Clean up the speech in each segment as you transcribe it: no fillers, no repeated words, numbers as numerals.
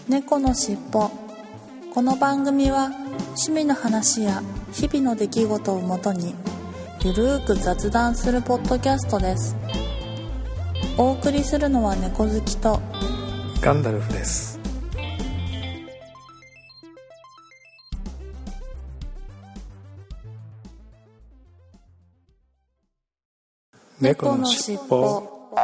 猫のしっぽ。この番組は趣味の話や日々の出来事をもとにゆるーく雑談するポッドキャストです。お送りするのは猫好きとガンダルフです。 猫のしっぽ。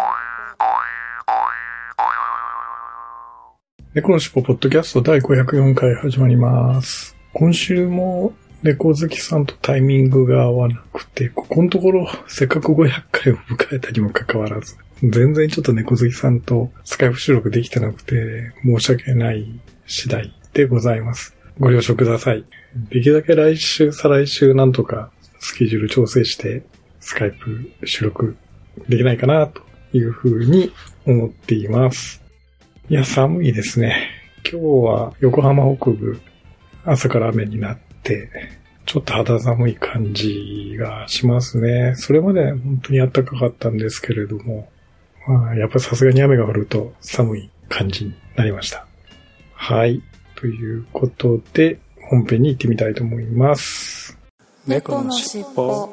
猫のしっぽポッドキャスト第504回始まります。今週も猫好きさんとタイミングが合わなくて、ここのところせっかく500回を迎えたにもかかわらず、全然ちょっと猫好きさんとスカイプ収録できてなくて申し訳ない次第でございます。ご了承ください。できるだけ来週、再来週なんとかスケジュール調整してスカイプ収録できないかなというふうに思っています。いや、寒いですね。今日は横浜北部朝から雨になってちょっと肌寒い感じがしますね。それまで本当に暖かかったんですけれども、やっぱりさすがに雨が降ると寒い感じになりました。はい。ということで本編に行ってみたいと思います。 猫のしっぽ。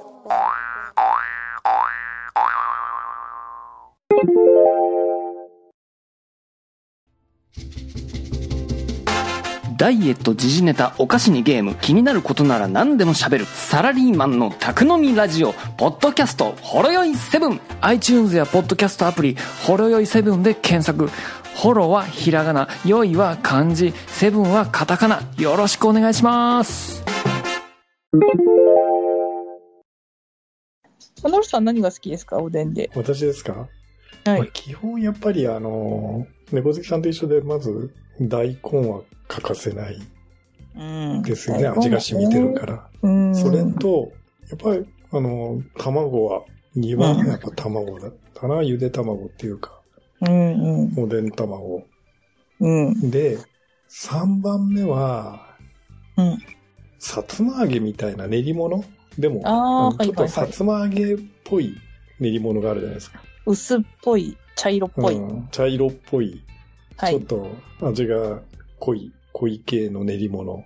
ダイエット、時事ネタ、お菓子にゲーム、気になることなら何でも喋るサラリーマンの宅飲みラジオポッドキャストほろよい7。 iTunes やポッドキャストアプリほろよい7で検索。ホロはひらがな、よいは漢字、セブンはカタカナ。よろしくお願いします。 小野さん何が好きですか？おでんで。 私ですか？ はい。 基本やっぱり猫好きさんと一緒でまず大根は欠かせないですよね。味が染みてるから。それと、やっぱり卵は2番目やっぱ卵だったな。ゆで卵っていうか。おでん卵。で、3番目は、さつま揚げみたいな練り物でも、ちょっとさつま揚げっぽい練り物があるじゃないですか。 薄っぽい、茶色っぽい。 茶色っぽい。 はい。 ちょっと味が濃い系の練り物。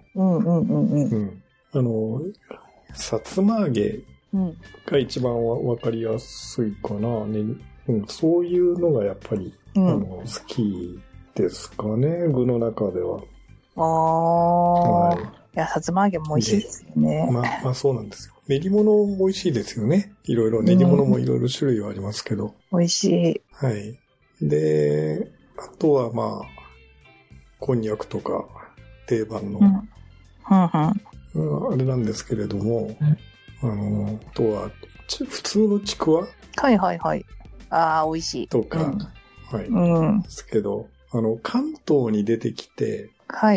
さつま揚げが一番わかりやすいかな。そういうのがやっぱり、好きですかね。具の中では。 はい。いや、さつま揚げも美味しいですよね。 まあそうなんですよ。練り物も美味しいですよね。いろいろ練り物もいろいろ種類はありますけど。 美味しい。 はい。で、あとはこんにゃくとか定番の、あれなんですけれども、あとは普通のちくわ？ はいはいはい。ああ、美味しい。 とか、はい。ですけど、関東に出てきて、 はい。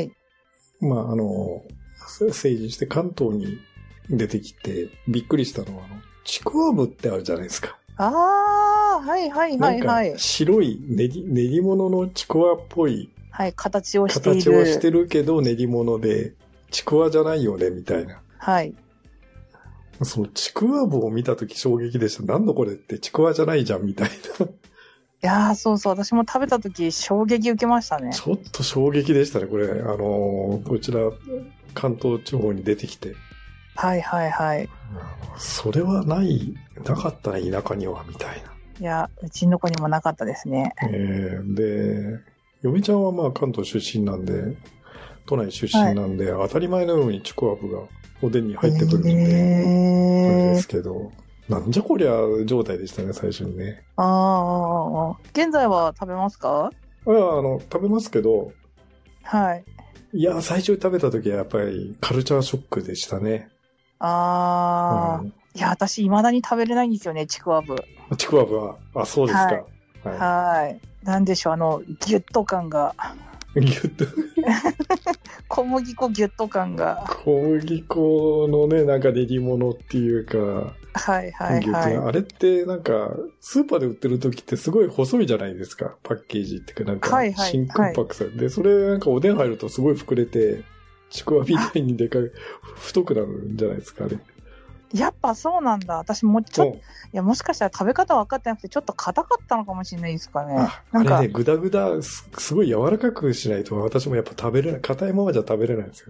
成人して関東に出てきてびっくりしたのは、ちくわぶってあるじゃないですか。 ああ、はいはいはいはい。 なんか白い練り物のちくわっぽい。 はい、形をしている。 形はしてるけど練り物で、ちくわじゃないよね、みたいな。 はい。 そのちくわぶを見たとき衝撃でした。なんだこれってちくわじゃないじゃん、みたいな。 いやー、そうそう、私も食べたとき衝撃受けましたね。 ちょっと衝撃でしたね、これ。こちら、関東地方に出てきて。 はいはいはい。 それはなかったね、田舎には、みたいな。 いや、うちの子にもなかったですね。 で、嫁ちゃんは関東出身なんで、都内出身なんで、当たり前のようにちくわぶがおでんに入ってくるんで、あれですけど、なんじゃこりゃ状態でしたね、最初にね。 現在は食べますか？ 食べますけど、 はい。 いや、最初に食べた時はやっぱりカルチャーショックでしたね。いや、私未だに食べれないんですよね、ちくわぶ。 ちくわぶは、そうですか。 はい。なんでしょう、ギュッと感が。 ギュッと小麦粉ギュッと感が。 小麦粉のね、なんか練り物っていうか。 はいはいはい。 あれってなんか、スーパーで売ってる時ってすごい細いじゃないですか。パッケージっていうかなんか、真空パックされて。それなんかおでん入るとすごい膨れて、ちくわみたいにでかい、太くなるんじゃないですか、あれ。 やっぱそうなんだ。私もちょっと、 うんいや、もしかしたら食べ方分かってなくて、ちょっと硬かったのかもしれないですかね。 あなんか、 れね、ぐだぐだ、すごい柔らかくしないと私もやっぱ食べれない。硬いままじゃ食べれないんですよ。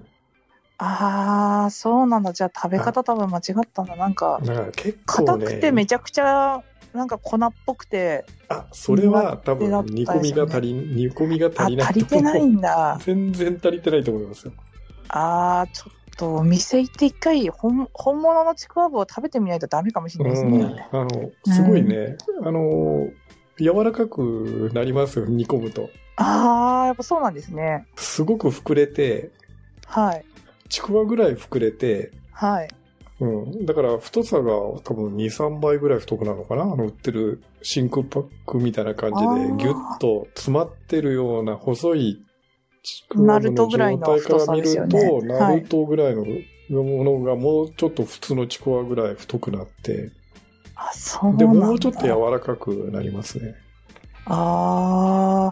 そうなんだ。じゃあ食べ方多分間違ったんだ。なんか、 だから結構硬ね。 くてめちゃくちゃ、なんか粉っぽくて。 それは多分煮込みが足りない。 足りてないんだ。 全然足りてないと思いますよ。 ちょっとお店行って一回本物のちくわぶを食べてみないとダメかもしれないですね。 すごいね、柔らかくなりますよ、煮込むと。 やっぱそうなんですね。 すごく膨れて、 はい。 ちくわぐらい膨れて、 はい。 だから太さが多分2、3倍ぐらい太くなるのかな、売ってる真空パックみたいな感じで、ギュッと詰まってるような細いちくわぶの状態から見ると、ナルトぐらいのものがもうちょっと普通のちくわぐらい太くなって、 そうなんだ。 で、もうちょっと柔らかくなりますね。 はい。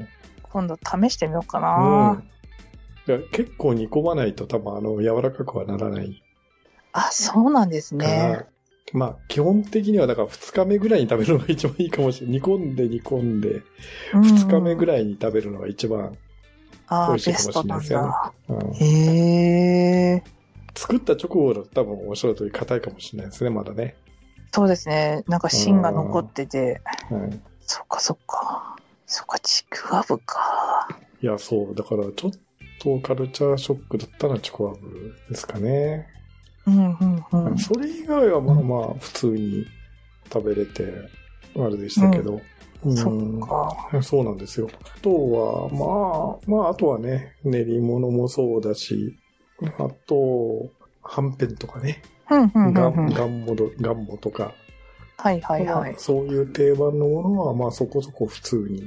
今度試してみようかな。 いや結構煮込まないと多分柔らかくはならない。 そうなんですね。 まあ、基本的にはだから2日目ぐらいに食べるのが一番いいかもしれない。煮込んで、2日目ぐらいに食べるのが一番美味しいかもしれないですよね。作った直後だと多分おっしゃる通り硬いかもしれないですね、まだね。 そうですね。なんか芯が残ってて。そっか。そっか、ちくわぶか。 いや、そう。だからちょっとカルチャーショックだったのはちくわぶですかね。それ以外はまあまあ普通に食べれて、あれでしたけど。そうなんですよ。あとは、あとはね、練り物もそうだし、あと、はんぺんとかね。がんもとか。そういう定番のものは、まあそこそこ普通に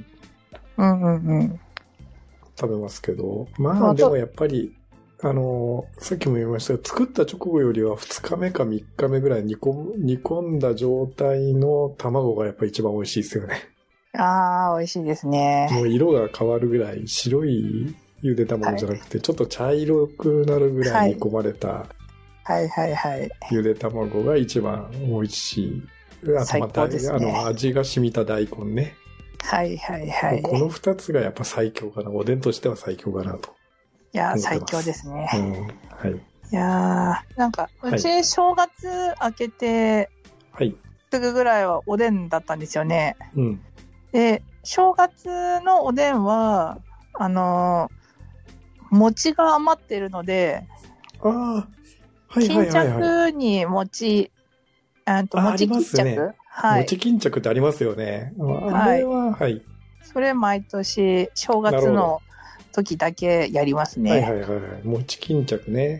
食べますけど、まあでもやっぱり、さっきも言いましたが、作った直後よりは2日目か3日目ぐらい煮込んだ状態の卵がやっぱり一番美味しいですよね。 美味しいですね。 もう色が変わるぐらい、白いゆで卵じゃなくて、ちょっと茶色くなるぐらい煮込まれた、ゆで卵が一番美味しい。あとまた、味が染みた大根ね。この2つがやっぱ最強かな。おでんとしては最強かなと。 いや、最強ですね。いやなんか、うち正月明けて、すぐぐらいはおでんだったんですよね。で、正月のおでんは、餅が余ってるので、巾着に餅巾着、 餅巾着ってありますよね。あれは、 それ毎年正月の時だけやりますね。 餅巾着ね。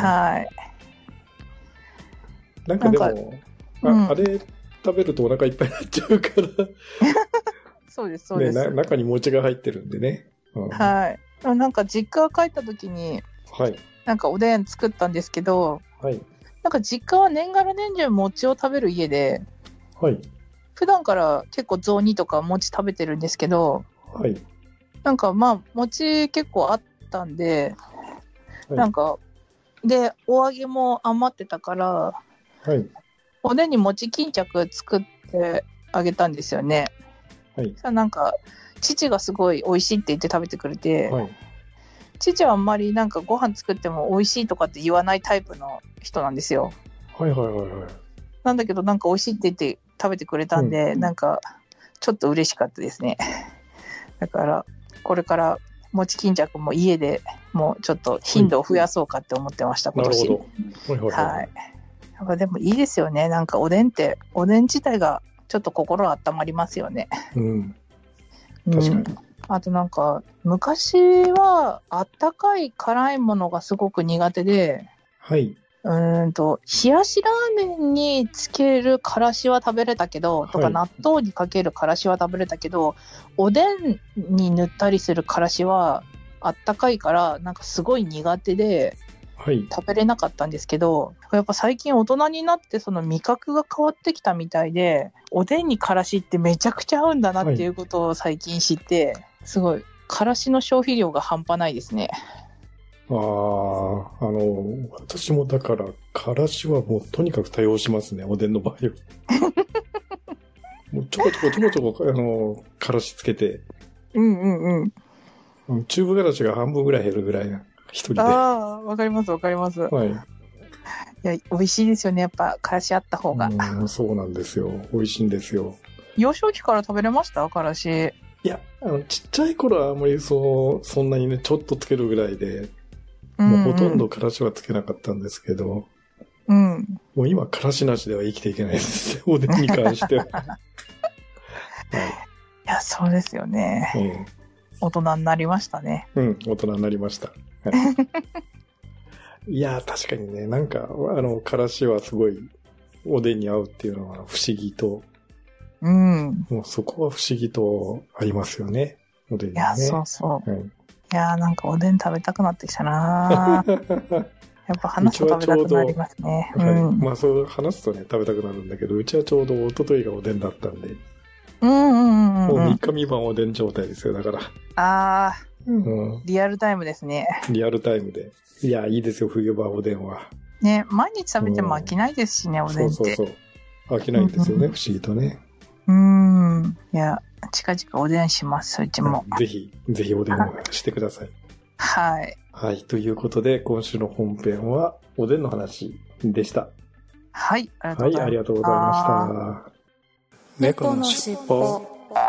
なんかでも、あれ食べるとお腹いっぱいになっちゃうから。 そうです、そうです。 中に餅が入ってるんでね。 なんか実家帰った時に、なんかおでん作ったんですけど、なんか実家は年がら年中餅を食べる家で、普段から結構雑煮とか餅食べてるんですけど、なんかまあ餅結構あったんで、なんかでお揚げも余ってたから、おでんに餅巾着作ってあげたんですよね。なんか父がすごい美味しいって言って食べてくれて、父はあんまりなんかご飯作っても美味しいとかって言わないタイプの人なんですよ。なんだけどなんか美味しいって言って食べてくれたんで、なんかちょっと嬉しかったですね。だからこれから餅巾着も家でもうちょっと頻度を増やそうかって思ってました、今年。やっぱでもいいですよね。なんかおでん自体がちょっと心温まりますよね。確かに。あとなんか昔はあったかい辛いものがすごく苦手で、冷やしラーメンにつけるからしは食べれたけど、とか納豆にかけるからしは食べれたけど、おでんに塗ったりするからしはあったかいからなんかすごい苦手で食べれなかったんですけど、やっぱ最近大人になってその味覚が変わってきたみたいで、おでんにからしってめちゃくちゃ合うんだなっていうことを最近知って、すごいからしの消費量が半端ないですね。 私もだから、からしはもうとにかく多用しますね、おでんの場合は。もうちょこちょこ、からしつけて。チューブからしが半分ぐらい減るぐらいな、一人で。 ああ、わかります。はい。いや、美味しいですよね、やっぱ、からしあった方が。 そうなんですよ。美味しいんですよ。 幼少期から食べれましたからし。いや、ちっちゃい頃はあんまりそんなにね、ちょっとつけるぐらいで、もうほとんどからしはつけなかったんですけど、もう今、からしなしでは生きていけないです。おでんに関しては。はい、 いや、そうですよね。大人になりましたね。 大人になりました。はい、いや、確かにね、なんか、からしはすごい、おでんに合うっていうのは不思議と、もうそこは不思議とありますよね。おでんにね。 いや、そう。いや、なんかおでん食べたくなってきたなやっぱ話すと食べたくなりますね。 まあそう話すとね、食べたくなるんだけど、うちはちょうど一昨日がおでんだったんで。もう3日3晩おでん状態ですよ、だから。 ああ、リアルタイムですね。 リアルタイムで。いや、いいですよ、冬場おでんは。 ね、毎日食べても飽きないですしね、おでんって。 そう。飽きないんですよね、不思議とね。 いや、近々おでんします、うちも。 ぜひおでんをしてください。 はい。 はい、ということで、今週の本編はおでんの話でした。 はい、 ありがとうございました。 猫のしっぽ。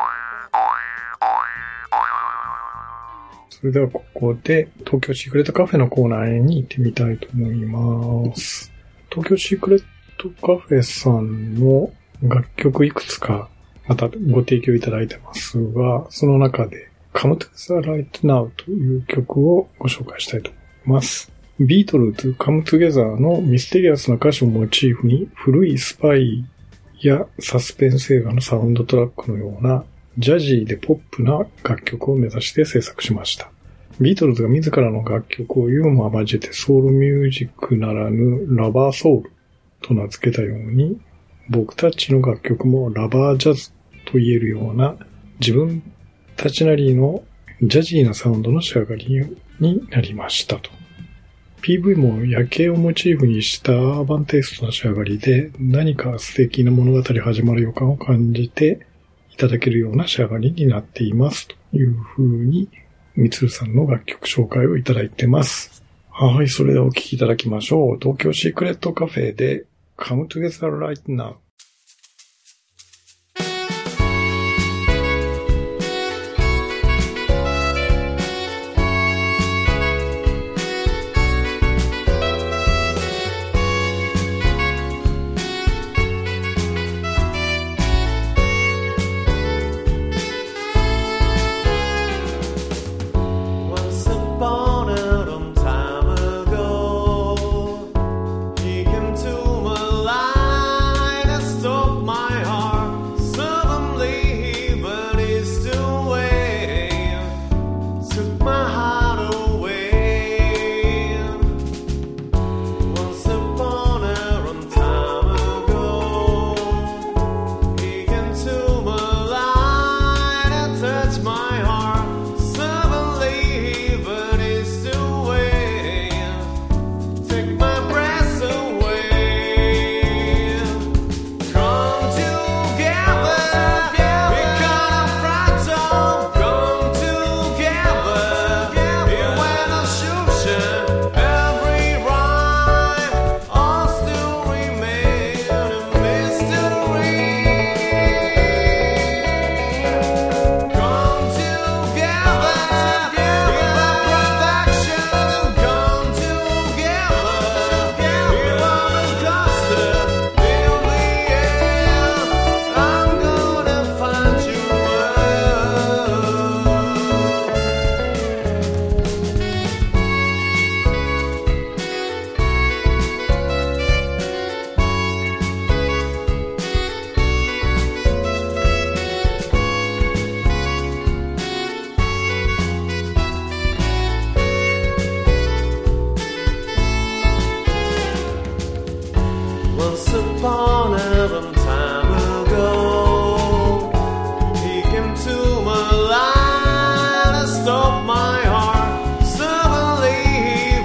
それではここで東京シークレットカフェのコーナーに行ってみたいと思います。東京シークレットカフェさんの楽曲いくつかまたご提供いただいてますが、その中で Come Together Right Now という曲をご紹介したいと思います。ビートルズ Come Together のミステリアスな歌詞をモチーフに古いスパイやサスペンス映画のサウンドトラックのようなジャジーでポップな楽曲を目指して制作しました。ビートルズが自らの楽曲をユーモア交えてソウルミュージックならぬラバーソウルと名付けたように、僕たちの楽曲もラバージャズと言えるような自分たちなりのジャジーなサウンドの仕上がりになりましたと。PV も夜景をモチーフにしたアーバンテイストな仕上がりで、何か素敵な物語始まる予感を感じていただけるような仕上がりになっていますという風にみつるさんの楽曲紹介をいただいてます。はい、それではお聴きいただきましょう。東京シークレットカフェで Come Together Right Now。 my heart. Suddenly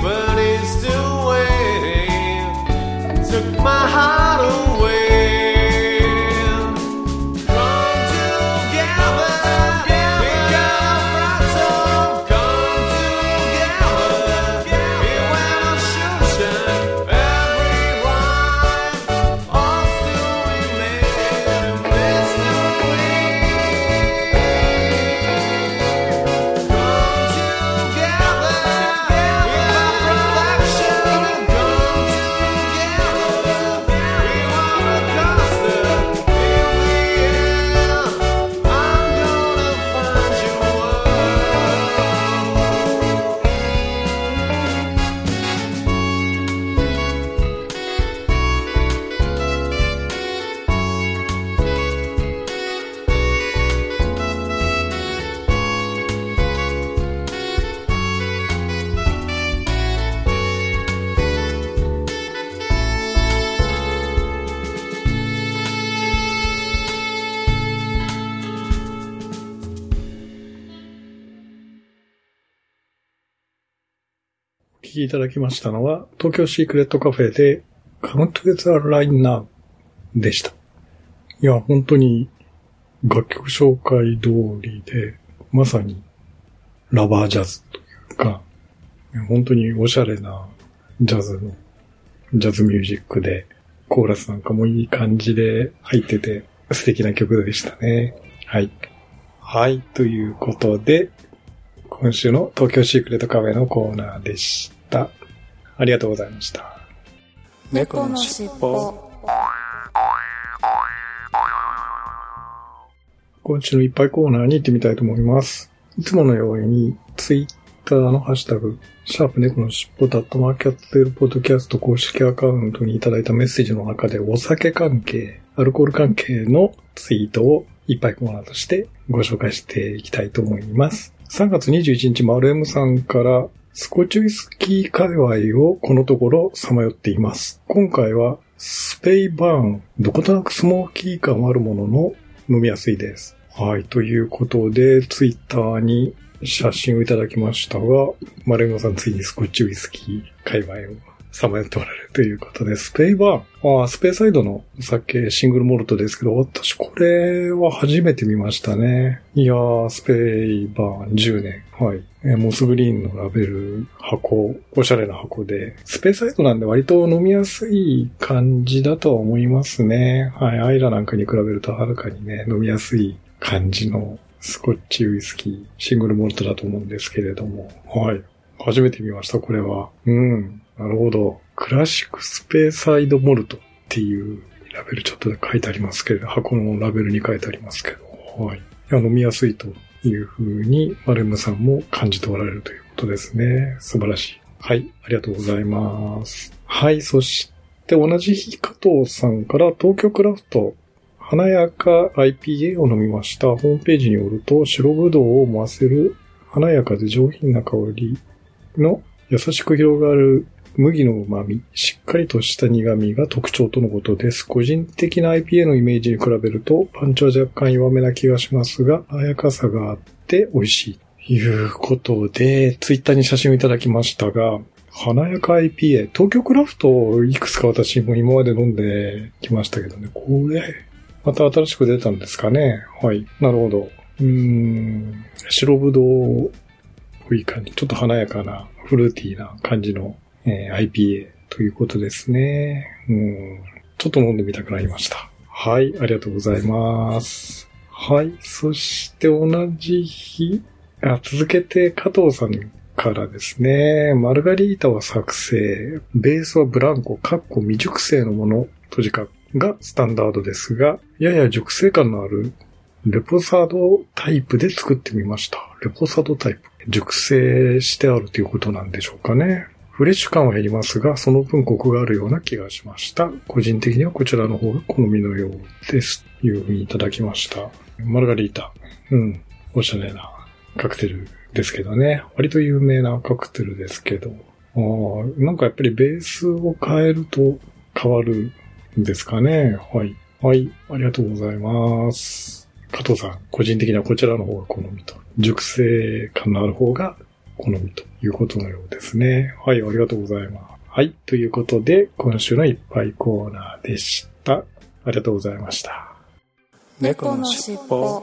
聴きいただきましたのは、東京シークレットカフェで Come Together Right Now でした。いや、本当に楽曲紹介通りで、まさにラバージャズというか、本当におしゃれなジャズミュージックで、コーラスなんかもいい感じで入ってて素敵な曲でしたね。はい。はい、ということで、今週の東京シークレットカフェのコーナーでした。ありがとうございました。 猫のしっぽ。 今週のいっぱいコーナーに行ってみたいと思います。いつものようにツイッターのハッシュタグ、#猫のしっぽ@ポッドキャスト公式アカウントにいただいたメッセージの中でお酒関係、アルコール関係のツイートをいっぱいコーナーとしてご紹介していきたいと思います。3月21日、丸 M さんからスコッチウイスキー界隈をこのところさまよっています。今回はスペイバーン、どことなくスモーキー感あるものの飲みやすいです。はい、ということで、ツイッターに写真をいただきましたが、丸山さんついにスコッチウイスキー界隈をさまよっておられるということで、スペイバーン。スペイサイドのお酒、シングルモルトですけど、私これは初めて見ましたね。いやー、スペイバーン10年。はい。モスグリーンのラベル箱、おしゃれな箱で、スペイサイドなんで割と飲みやすい感じだとは思いますね。はい。アイラなんかに比べるとはるかにね、飲みやすい感じのスコッチウイスキー、シングルモルトだと思うんですけれども。はい。初めて見ました、これは。なるほど。クラシックスペーサイドモルトっていうラベルちょっと書いてありますけれど、箱のラベルに書いてありますけど、はい。飲みやすいというふうに、マルムさんも感じておられるということですね。素晴らしい。はい。ありがとうございます。はい。そして同じ日、加藤さんから東京クラフト、華やか IPA を飲みました。ホームページによると、白ぶどうを回せる華やかで上品な香りの優しく広がる麦の旨味、しっかりとした苦味が特徴とのことです。個人的な IPA のイメージに比べるとパンチは若干弱めな気がしますが、華やかさがあって美味しい。ということで、ツイッターに写真をいただきましたが、華やか IPA、東京クラフトいくつか私も今まで飲んできましたけどね、これ、また新しく出たんですかね。はい。なるほど。白ぶどうっぽい感じ、ちょっと華やかな、フルーティーな感じのIPA ということですね。ちょっと飲んでみたくなりました。はい、ありがとうございます。はい、そして同じ日、続けて加藤さんからですね、マルガリータは作成、ベースはブランコ、未熟成のもの、閉じかがスタンダードですが、やや熟成感のあるレポサドタイプで作ってみました。レポサドタイプ。熟成してあるということなんでしょうかね。フレッシュ感は減りますが、その分コクがあるような気がしました。個人的にはこちらの方が好みのようです。というふうにいただきました。マルガリータ。おしゃれなカクテルですけどね。割と有名なカクテルですけど。なんかやっぱりベースを変えると変わるんですかね。はい。はい。ありがとうございます。加藤さん、個人的にはこちらの方が好みと。熟成感のある方が好みということのようですね。はい、ありがとうございます。はい、ということで、今週のいっぱいコーナーでした。ありがとうございました。 猫のしっぽ。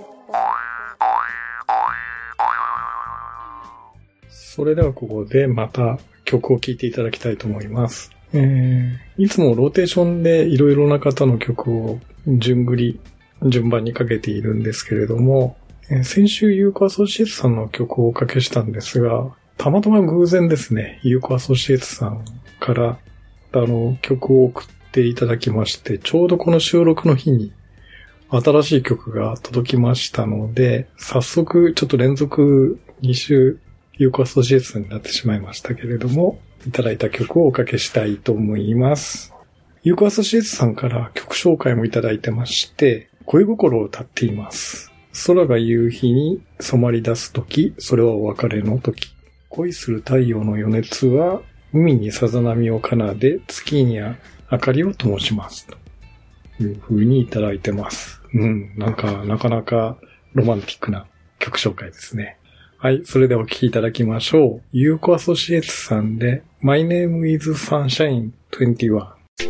それではここでまた曲を聴いていただきたいと思います。いつもローテーションでいろいろな方の曲を順番にかけているんですけれども、先週ユーコアソシエイツさんの曲をおかけしたんですが、たまたま偶然ですね、ユーコアソシエイツさんから曲を送っていただきまして、ちょうどこの収録の日に新しい曲が届きましたので、早速ちょっと連続2週ユーコアソシエイツさんになってしまいましたけれども、いただいた曲をおかけしたいと思います。ユーコアソシエイツさんから曲紹介もいただいてまして、恋心を歌っています。空が夕日に染まり出すとき、それはお別れのとき。恋する太陽の余熱は、海にさざ波を奏で、月に明かりを灯します。という風にいただいてます。なかなかロマンティックな曲紹介ですね。 はい、それではお聴きいただきましょう。ゆうこアソシエイツさんで My Name is Sunshine 21。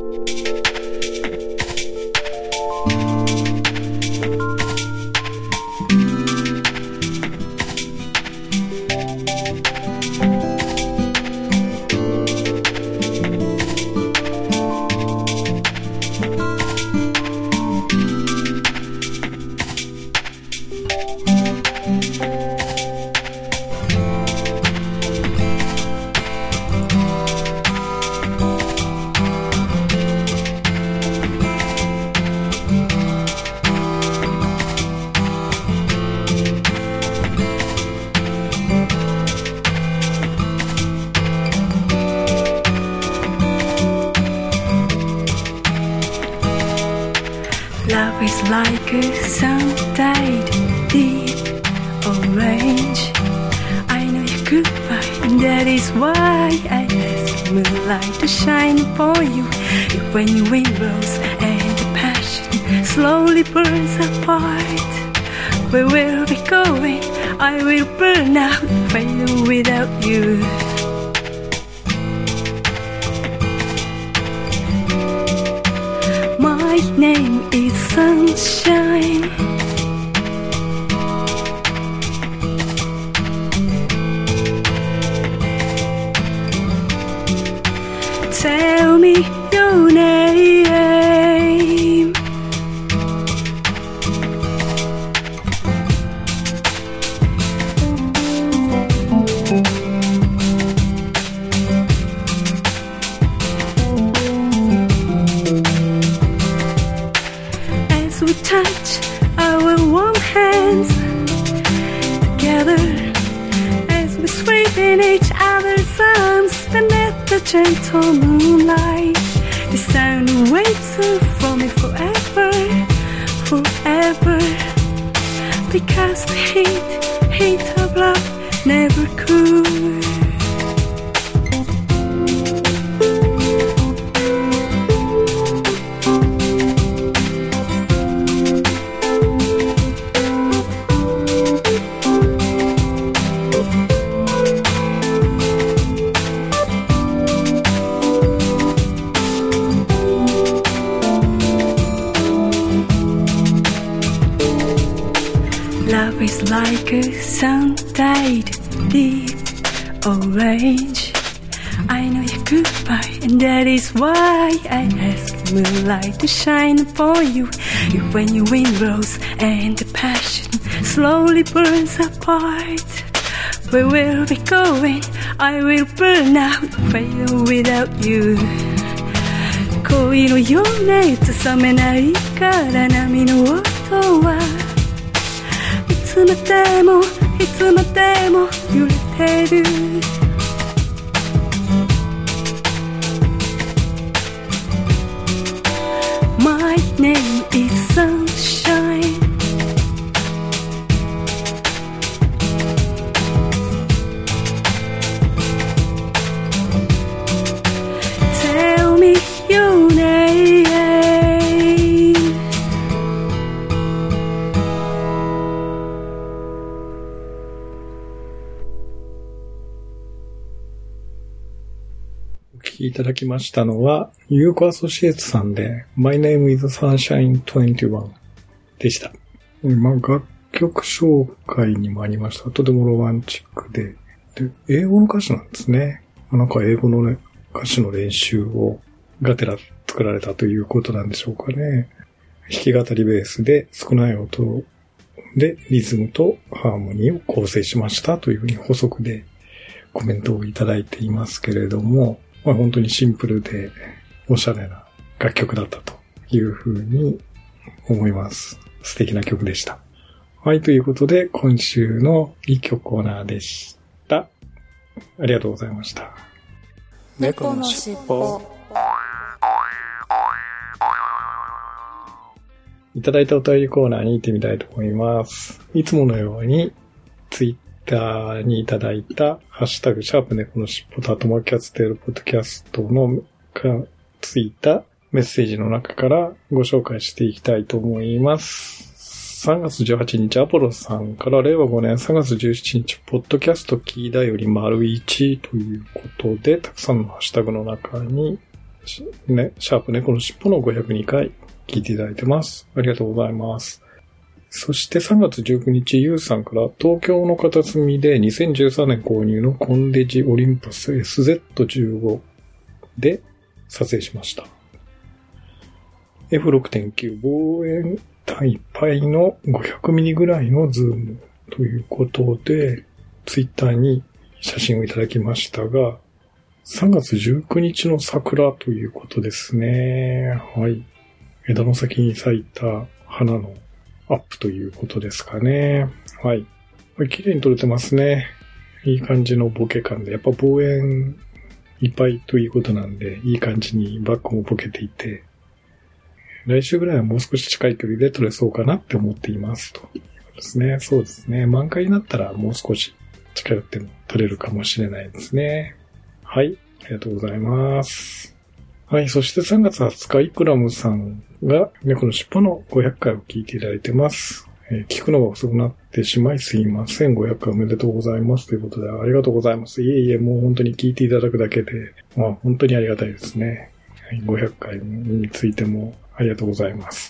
Love is like a sun-dyed deep orange. I know you're goodbye, and that is why I ask moonlight to shine upon you. If when your wind blows and the passion slowly burns apart, where will we going? I will burn out, fade without you. My name is Sunshine. Tell me your name. We touch our warm hands together as we sleep in each other's arms beneath the gentle moonlight. The sun waits for me forever, forever, because the heat of love never could. Love is like a sun-dyed deep orange. I know you're goodbye, and that is why I ask moonlight to shine upon you. If when your wind blows and the passion slowly burns apart, where will we going? I will burn out, fade without you. 恋のような冷めないから波の音はいつまでもいつまでも揺れてる。My name is Sunshine. Tell me your name. お聞きいただきましたのは、ゆうこアソシエイツさんで My Name is Sunshine 21でした。楽曲紹介にもありました。とてもロマンチックで、英語の歌詞なんですね。なんか英語のね、歌詞の練習をがてら作られたということなんでしょうかね。弾き語りベースで少ない音でリズムとハーモニーを構成しましたというふうに補足でコメントをいただいていますけれども、本当にシンプルでおしゃれな楽曲だったというふうに思います。素敵な曲でした。はい、ということで今週の一曲コーナーでした。ありがとうございました。 猫のしっぽ。 いただいたお便りコーナーに行ってみたいと思います。いつものようにツイッターにいただいたハッシュタグシャープ猫のしっぽとキャステールポッドキャストのがついたメッセージの中からご紹介していきたいと思います。 3月18日、アポロさんから令和5年3月17日、ポッドキャストキーだより1ということで、たくさんのハッシュタグの中に、ね、シャープ猫のしっぽの502回聞いていただいてます。ありがとうございます。そして3月19日、ゆうさんから東京の片隅で2013年購入のコンデジオリンパス SZ15 で撮影しました。F6.9 望遠単いっぱいの500ミリぐらいのズームということで、ツイッターに写真をいただきましたが、3月19日の桜ということですね。はい。枝の先に咲いた花のアップということですかね。はい。綺麗に撮れてますね。いい感じのボケ感で、やっぱ望遠いっぱいということなんで、いい感じにバックもボケていて、来週ぐらいはもう少し近い距離で撮れそうかなって思っていますということですね。そうですね。満開になったらもう少し近寄っても撮れるかもしれないですね。はい。ありがとうございます。はい。そして3月20日、イクラムさんが猫のしっぽの500回を聞いていただいてます。聞くのが遅くなってしまいすいません。500回おめでとうございます。ということで、ありがとうございます。いえいえ、もう本当に聞いていただくだけで、本当にありがたいですね。500回についてもありがとうございます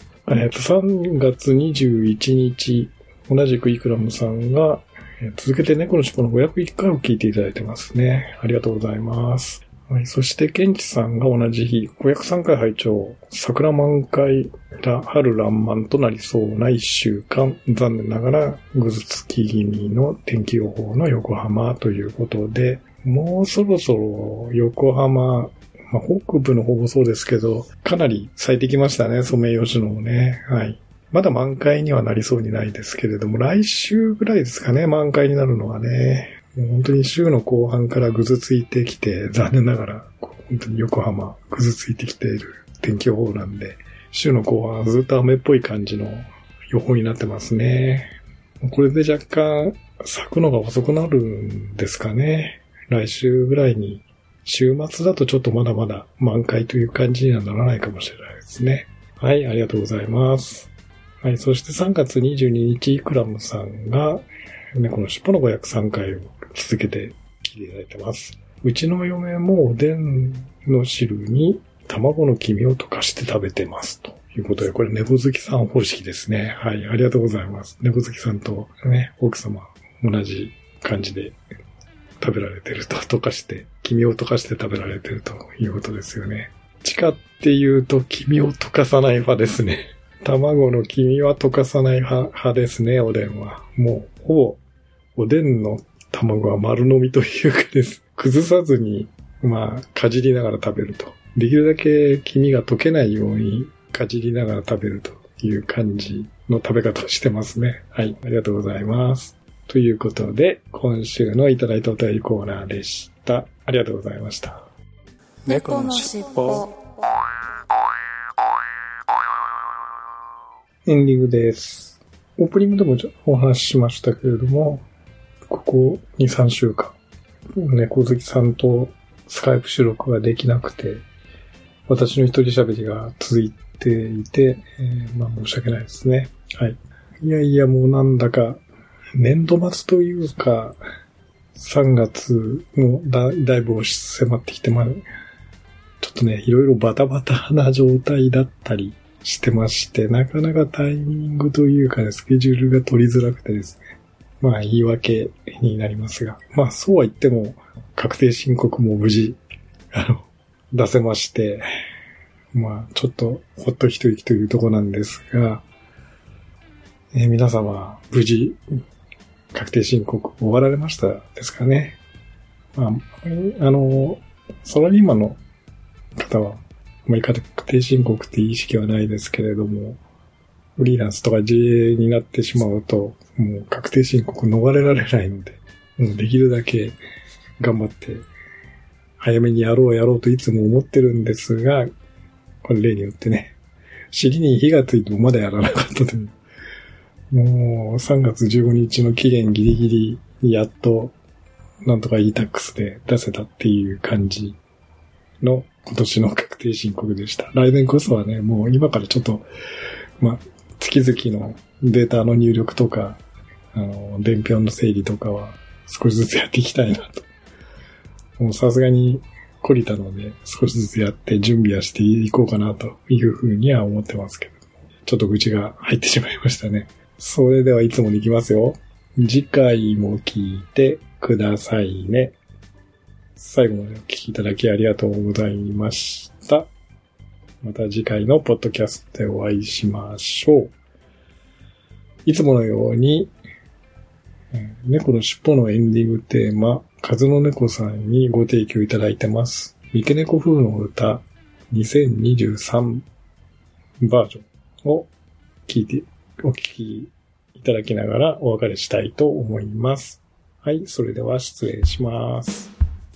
。3月21日、同じくイクラムさんが、続けて猫のしっぽの501回を聞いていただいてますね。ありがとうございます。はい、そして、ケンチさんが同じ日、503回拝聴、桜満開ら春爛漫となりそうな1週間、残念ながらぐずつき気味の天気予報の横浜ということで、もうそろそろ横浜、北部の方もそうですけど、かなり咲いてきましたね、ソメイヨシノもね。はい。まだ満開にはなりそうにないですけれども、来週ぐらいですかね、満開になるのはね。もう本当に週の後半からぐずついてきて、残念ながら、本当に横浜、ぐずついてきている天気予報なんで、週の後半はずっと雨っぽい感じの予報になってますね。これで若干咲くのが遅くなるんですかね。来週ぐらいに、週末だとちょっとまだまだ満開という感じにはならないかもしれないですね。はい、ありがとうございます。はい、そして3月22日、イクラムさんが、猫のしっぽの503回を続けて聞いていただいてます。うちの嫁もおでんの汁に卵の黄身を溶かして食べてますということで、これ猫好きさん方式ですね。はい、ありがとうございます。猫好きさんとね、奥様同じ感じで食べられてると、黄身を溶かして食べられてるということですよね。チカっていうと黄身を溶かさない派ですね。卵の黄身は溶かさない派ですね、おでんは。もう、ほぼ、おでんの卵は丸飲みというかです。崩さずに、かじりながら食べると。できるだけ黄身が溶けないように、かじりながら食べるという感じの食べ方をしてますね。はい、ありがとうございます。ということで、今週のいただいたお便りコーナーでした。ありがとうございました。 猫のしっぽ。 エンディングです。オープニングでもお話ししましたけれども、ここ2、3週間、猫好きさんとスカイプ収録ができなくて、私の一人喋りが続いていて、申し訳ないですね。はい。いや、もうなんだか、年度末というか、3月もだいぶ押し迫ってきて、ちょっとね、いろいろバタバタな状態だったりしてまして、なかなかタイミングというかね、スケジュールが取りづらくてですね。言い訳になりますが。そうは言っても、確定申告も無事、出せまして、ちょっと、ほっと一息というところなんですが、皆様、無事、確定申告終わられましたですかね。サラリーマンの方は、あまり確定申告って意識はないですけれども、フリーランスとか自営になってしまうと、もう確定申告逃れられないので、もうできるだけ頑張って、早めにやろうといつも思ってるんですが、これ例によってね、尻に火がついてもまだやらなかったという。もう3月15日の期限ギリギリにやっとなんとか e-tax で出せたっていう感じの今年の確定申告でした。来年こそはね、もう今からちょっと、 月々のデータの入力とか、伝票の整理とかは少しずつやっていきたいなと。もうさすがに懲りたので少しずつやって準備はしていこうかなというふうには思ってますけど。ちょっと愚痴が入ってしまいましたね。それではいつもに行きますよ。次回も聞いてくださいね。最後までお聞きいただきありがとうございました。また次回のポッドキャストでお会いしましょう。いつものように、猫のしっぽのエンディングテーマ、数の猫さんにご提供いただいてます。三毛猫風の歌2023バージョンをお聞きいただきながらお別れしたいと思います。はい、それでは失礼します。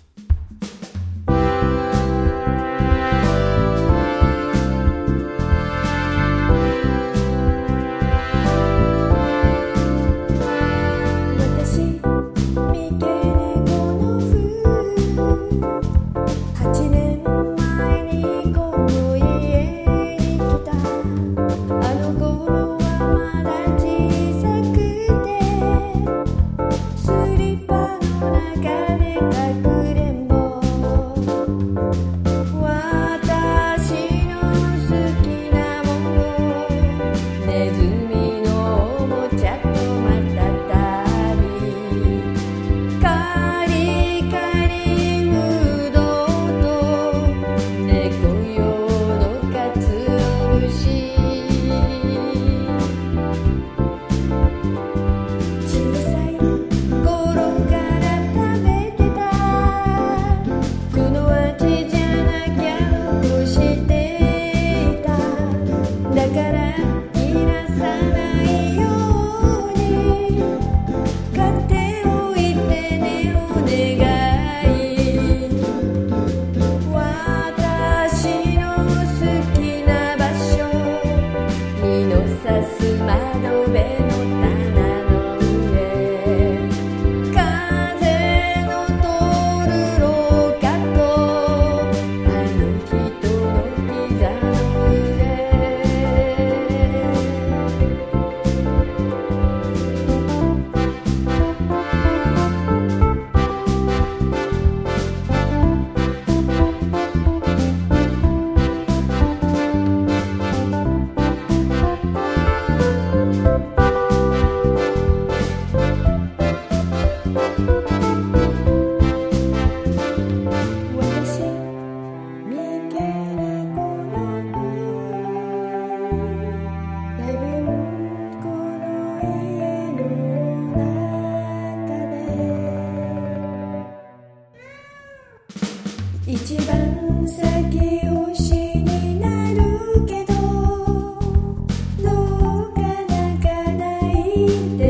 一番先推しになるけどどうか泣かない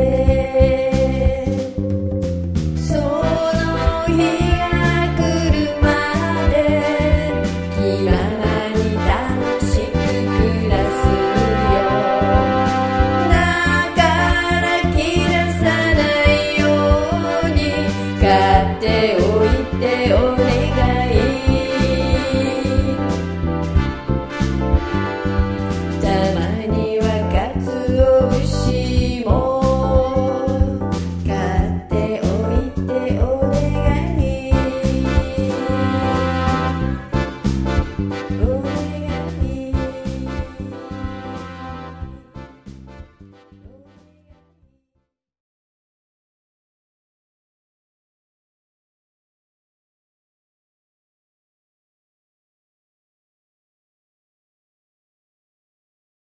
でその日が来るまで気ままに楽しく暮らすよだから切らさないように買っておいておね